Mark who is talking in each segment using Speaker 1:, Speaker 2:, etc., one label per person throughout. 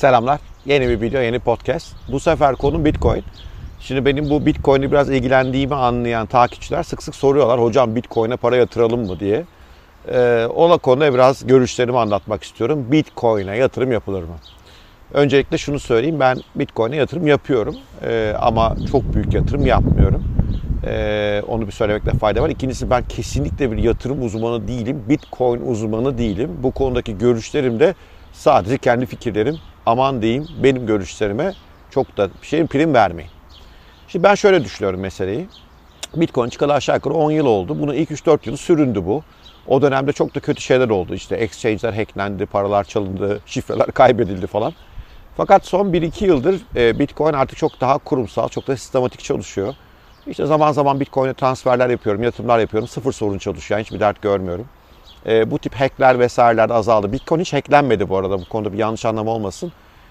Speaker 1: Selamlar. Yeni bir video, yeni podcast. Bu sefer konu Bitcoin. Şimdi benim bu Bitcoin'e biraz ilgilendiğimi anlayan takipçiler sık sık soruyorlar. Hocam Bitcoin'e para yatıralım mı diye. Ona konuda biraz görüşlerimi anlatmak istiyorum. Bitcoin'e yatırım yapılır mı? Öncelikle şunu söyleyeyim. Ben Bitcoin'e yatırım yapıyorum. Ama çok büyük yatırım yapmıyorum. Onu bir söylemekte fayda var. İkincisi, ben kesinlikle bir yatırım uzmanı değilim. Bitcoin uzmanı değilim. Bu konudaki görüşlerim de sadece kendi fikirlerim. Aman diyeyim, benim görüşlerime çok da prim vermeyin. Şimdi ben şöyle düşünüyorum meseleyi. Bitcoin çıkalı aşağı yukarı 10 yıl oldu. Bunun ilk 3-4 yılı süründü bu. O dönemde çok da kötü şeyler oldu. İşte exchange'ler hacklendi, paralar çalındı, şifreler kaybedildi falan. Fakat son 1-2 yıldır Bitcoin artık çok daha kurumsal, çok da sistematik çalışıyor. İşte zaman zaman Bitcoin'e transferler yapıyorum, yatırımlar yapıyorum. Sıfır sorun çalışıyor. Yani hiçbir dert görmüyorum. Bu tip hackler vesaireler de azaldı. Bitcoin hiç hacklenmedi bu arada. Bu konuda bir yanlış anlama olmasın.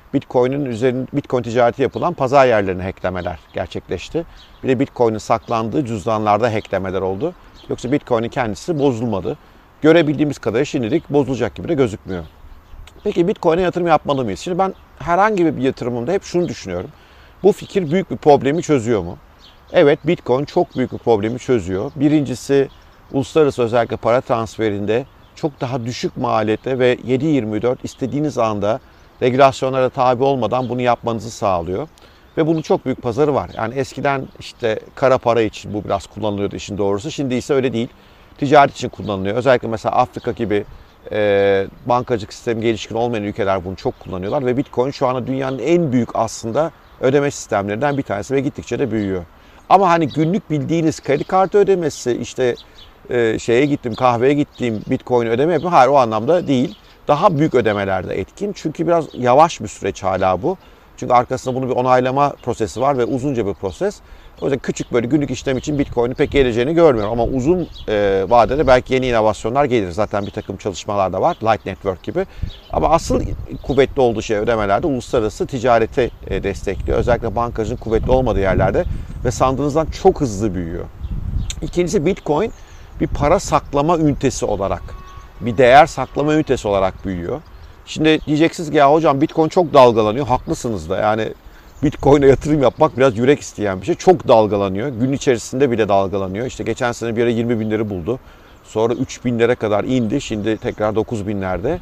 Speaker 1: Bitcoin ticareti yapılan pazar yerlerine hacklemeler gerçekleşti. Bir de Bitcoin'in saklandığı cüzdanlarda hacklemeler oldu. Yoksa Bitcoin'in kendisi bozulmadı. Görebildiğimiz kadarıyla şimdilik bozulacak gibi de gözükmüyor. Peki Bitcoin'e yatırım yapmalı mıyız? Şimdi ben herhangi bir yatırımımda hep şunu düşünüyorum. Bu fikir büyük bir problemi çözüyor mu? Evet, Bitcoin çok büyük bir problemi çözüyor. Birincisi, uluslararası özellikle para transferinde çok daha düşük maliyette ve 7/24 istediğiniz anda regülasyonlara tabi olmadan bunu yapmanızı sağlıyor. Ve bunun çok büyük pazarı var. Yani eskiden işte kara para için bu biraz kullanılıyordu işin doğrusu. Şimdi ise öyle değil. Ticaret için kullanılıyor. Özellikle mesela Afrika gibi bankacılık sistemi gelişkin olmayan ülkeler bunu çok kullanıyorlar. Ve Bitcoin şu anda dünyanın en büyük aslında ödeme sistemlerinden bir tanesi ve gittikçe de büyüyor. Ama hani günlük bildiğiniz kredi kartı ödemesi, işte şeye gittim, kahveye gittiğim Bitcoin ödeme yapıyor. Hayır, o anlamda değil. Daha büyük ödemelerde etkin. Çünkü biraz yavaş bir süreç hala bu. Çünkü arkasında bunun bir onaylama prosesi var ve uzunca bir proses. O yüzden küçük böyle günlük işlem için Bitcoin'in pek geleceğini görmüyorum. Ama uzun vadede belki yeni inovasyonlar gelir. Zaten bir takım çalışmalar da var. Light Network gibi. Ama asıl kuvvetli olduğu şey ödemelerde uluslararası ticareti destekliyor. Özellikle bankacının kuvvetli olmadığı yerlerde ve sandığınızdan çok hızlı büyüyor. İkincisi, Bitcoin bir para saklama ünitesi olarak, bir değer saklama ünitesi olarak büyüyor. Şimdi diyeceksiniz ki ya hocam Bitcoin çok dalgalanıyor. Haklısınız da, yani Bitcoin'e yatırım yapmak biraz yürek isteyen bir şey. Çok dalgalanıyor. Gün içerisinde bile dalgalanıyor. İşte geçen sene bir ara 20 binleri buldu. Sonra 3 binlere kadar indi. Şimdi tekrar 9 binlerde.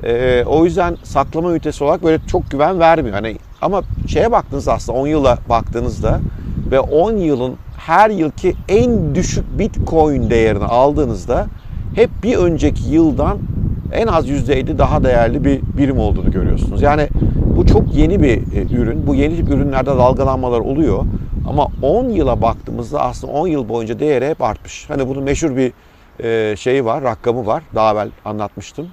Speaker 1: O yüzden saklama ünitesi olarak böyle çok güven vermiyor. Hani, ama şeye baktığınızda, aslında 10 yıla baktığınızda ve 10 yılın her yılki en düşük Bitcoin değerini aldığınızda hep bir önceki yıldan en az %50 daha değerli bir birim olduğunu görüyorsunuz. Yani bu çok yeni bir ürün. Bu yeni tip ürünlerde dalgalanmalar oluyor. Ama 10 yıla baktığımızda aslında 10 yıl boyunca değeri hep artmış. Hani bunun meşhur bir şeyi var, rakamı var. Daha evvel anlatmıştım.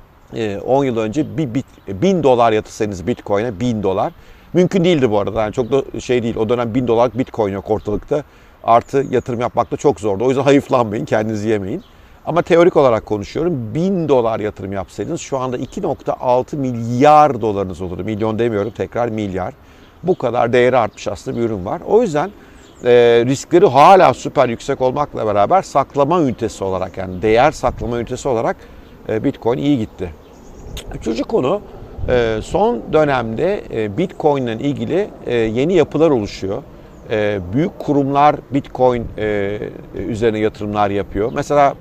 Speaker 1: 10 yıl önce $1.000 yatırsanız Bitcoin'e $1.000. Mümkün değildi bu arada. Yani çok da şey değil. O dönem $1.000 Bitcoin yok ortalıkta. Artı yatırım yapmak da çok zordu. O yüzden hayıflanmayın, kendinizi yemeyin. Ama teorik olarak konuşuyorum. $1.000 yatırım yapsaydınız şu anda 2.6 milyar dolarınız olurdu. Milyon demiyorum, tekrar milyar. Bu kadar değeri artmış aslında bir ürün var. O yüzden riskleri hala süper yüksek olmakla beraber saklama ünitesi olarak, yani değer saklama ünitesi olarak Bitcoin iyi gitti. Üçüncü konu, son dönemde Bitcoin ile ilgili yeni yapılar oluşuyor. Büyük kurumlar Bitcoin üzerine yatırımlar yapıyor. Mesela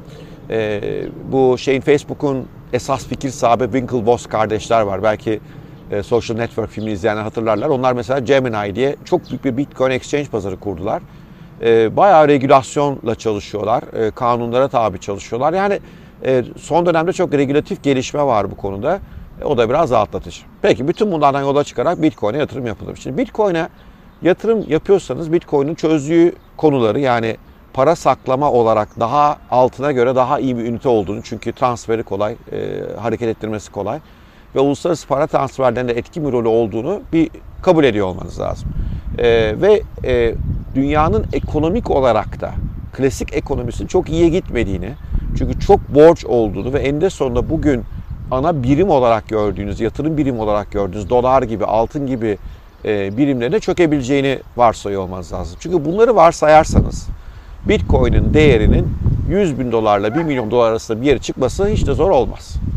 Speaker 1: bu Facebook'un esas fikir sahibi Winklevoss kardeşler var. Belki Social Network filmini izleyenler hatırlarlar. Onlar mesela Gemini diye çok büyük bir Bitcoin exchange pazarı kurdular. Bayağı regülasyonla çalışıyorlar. Kanunlara tabi çalışıyorlar. Yani son dönemde çok regülatif gelişme var bu konuda. O da biraz rahatlatıcı. Peki bütün bunlardan yola çıkarak Bitcoin'e yatırım yapılır. Şimdi Bitcoin'e yatırım yapıyorsanız Bitcoin'in çözdüğü konuları, yani para saklama olarak daha altına göre daha iyi bir ünite olduğunu, çünkü transferi kolay, hareket ettirmesi kolay ve uluslararası para transferlerinde etkin bir rolü olduğunu bir kabul ediyor olmanız lazım. Ve dünyanın ekonomik olarak da klasik ekonomisinin çok iyiye gitmediğini, çünkü çok borç olduğunu ve eninde sonunda bugün ana birim olarak gördüğünüz, yatırım birimi olarak gördüğünüz dolar gibi, altın gibi birimlerine çökebileceğini varsayıyor olmanız lazım. Çünkü bunları varsayarsanız Bitcoin'in değerinin $100.000 ile $1 milyon arasında bir yere çıkması hiç de zor olmaz.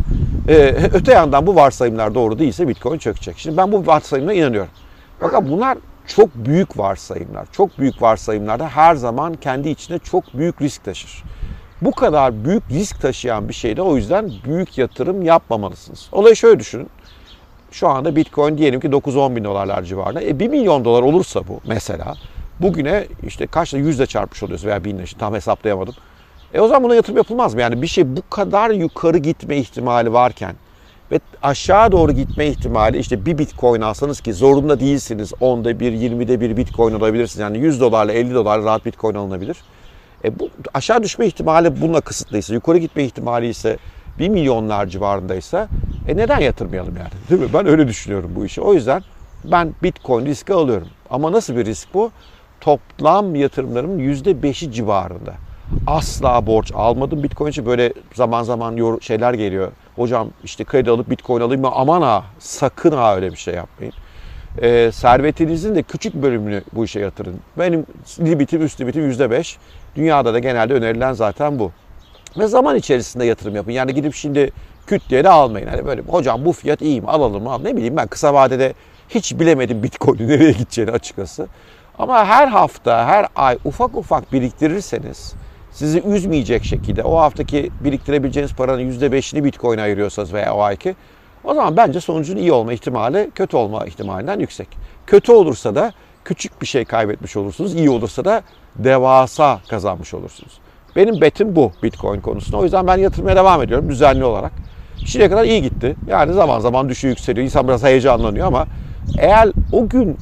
Speaker 1: Öte yandan bu varsayımlar doğru değilse Bitcoin çökecek. Şimdi ben bu varsayımlara inanıyorum. Fakat bunlar çok büyük varsayımlar. Çok büyük varsayımlarda her zaman kendi içinde çok büyük risk taşır. Bu kadar büyük risk taşıyan bir şeyde o yüzden büyük yatırım yapmamalısınız. Olayı şöyle düşünün. Şu anda Bitcoin diyelim ki 9-10 bin dolarlar civarında. 1 milyon dolar olursa bu mesela bugüne işte kaçla yüzle çarpmış oluyorsun veya binle, tam hesaplayamadım. O zaman buna yatırım yapılmaz mı? Yani bir şey bu kadar yukarı gitme ihtimali varken ve aşağı doğru gitme ihtimali, işte bir Bitcoin alsanız ki zorunda değilsiniz. 10'da 1, 20'de 1 Bitcoin alabilirsiniz. Yani 100 dolarla 50 dolarla rahat Bitcoin alınabilir. Bu aşağı düşme ihtimali bununla kısıtlıysa, yukarı gitme ihtimali ise 1 milyonlar civarındaysa neden yatırmayalım yani? Değil mi? Ben öyle düşünüyorum bu işi. O yüzden ben Bitcoin riski alıyorum. Ama nasıl bir risk bu? Toplam yatırımlarımın %5'i civarında. Asla borç almadım Bitcoin için. Böyle zaman zaman şeyler geliyor. Hocam işte kredi alıp Bitcoin alayım mı? Aman ha, sakın ha öyle bir şey yapmayın. Servetinizin de küçük bölümünü bu işe yatırın. Benim limitim, üst limitim %5. Dünyada da genelde önerilen zaten bu. Ve zaman içerisinde yatırım yapın. Yani gidip şimdi küt diye de almayın. Hani böyle hocam bu fiyat iyi mi, alalım mı? Ne bileyim, ben kısa vadede hiç bilemedim Bitcoin'in nereye gideceğini açıkçası. Ama her hafta, her ay ufak ufak biriktirirseniz, sizi üzmeyecek şekilde o haftaki biriktirebileceğiniz paranın %5'ini Bitcoin'e ayırıyorsanız veya o ayki, o zaman bence sonucun iyi olma ihtimali kötü olma ihtimalinden yüksek. Kötü olursa da küçük bir şey kaybetmiş olursunuz. İyi olursa da devasa kazanmış olursunuz. Benim betim bu Bitcoin konusunda. O yüzden ben yatırmaya devam ediyorum düzenli olarak. Şimdiye kadar iyi gitti. Yani zaman zaman düşüyor, yükseliyor. İnsan biraz heyecanlanıyor ama eğer o gün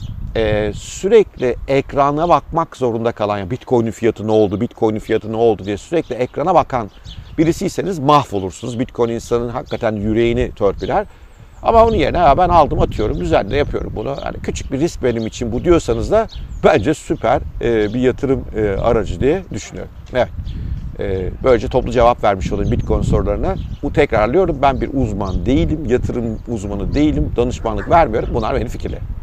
Speaker 1: sürekli ekrana bakmak zorunda kalan, yani Bitcoin'in fiyatı ne oldu, Bitcoin'in fiyatı ne oldu diye sürekli ekrana bakan birisiyseniz mahvolursunuz. Bitcoin insanın hakikaten yüreğini törpüler. Ama onun yerine ben aldım, atıyorum, düzenli yapıyorum bunu. Yani küçük bir risk benim için bu diyorsanız da bence süper bir yatırım aracı diye düşünüyorum. Evet. Böylece toplu cevap vermiş olayım Bitcoin sorularına. Bu, tekrarlıyorum, ben bir uzman değilim, yatırım uzmanı değilim, danışmanlık vermiyorum. Bunlar benim fikirlerim.